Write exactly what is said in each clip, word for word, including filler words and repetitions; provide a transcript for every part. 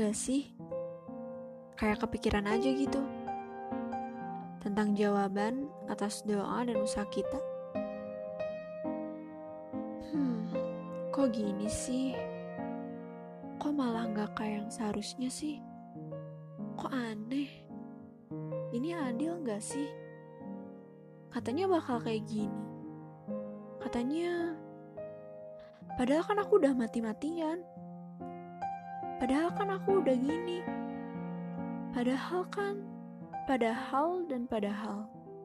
gak sih? Kayak kepikiran aja gitu tentang jawaban atas doa dan usaha kita. Hmm, kok gini sih? Kok malah gak kayak yang seharusnya sih? Kok aneh? Ini adil gak sih? Katanya bakal kayak gini. Katanya, padahal kan aku udah mati-matian. Padahal kan aku udah gini. Padahal kan, padahal dan padahal.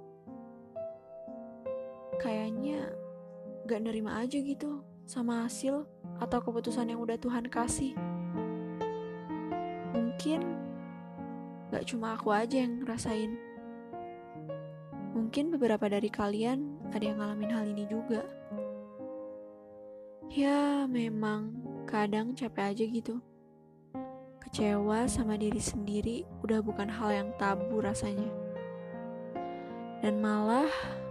Kayaknya gak nerima aja gitu sama hasil atau keputusan yang udah Tuhan kasih. Mungkin gak cuma aku aja yang ngerasain. Mungkin beberapa dari kalian ada yang ngalamin hal ini juga. Ya memang kadang capek aja gitu. Kecewa sama diri sendiri udah bukan hal yang tabu rasanya. Dan malah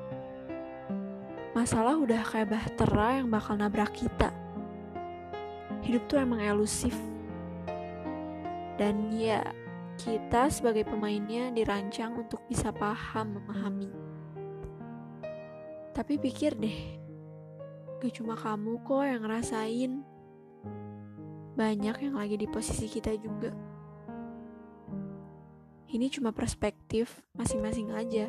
masalah udah kayak bahtera yang bakal nabrak kita. Hidup tuh emang elusif. Dan ya, kita sebagai pemainnya dirancang untuk bisa paham memahami. Tapi pikir deh, gak cuma kamu kok yang ngerasain. Banyak yang lagi di posisi kita juga. Ini cuma perspektif masing-masing aja.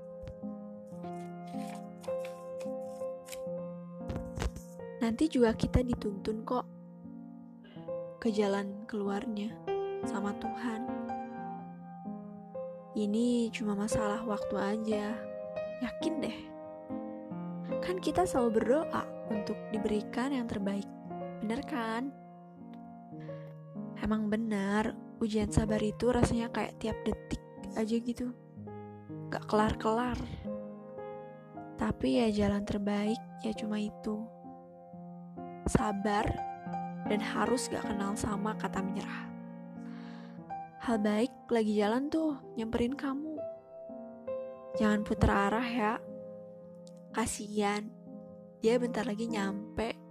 Nanti juga kita dituntun kok ke jalan keluarnya sama Tuhan. Ini cuma masalah waktu aja. Yakin deh. Kan kita selalu berdoa untuk diberikan yang terbaik. Bener kan? Emang benar, ujian sabar itu rasanya kayak tiap detik aja gitu. Gak kelar-kelar. Tapi ya jalan terbaik ya cuma itu. Sabar dan harus gak kenal sama kata menyerah. Hal baik lagi jalan tuh, nyamperin kamu. Jangan putar arah ya. Kasian, dia bentar lagi nyampe.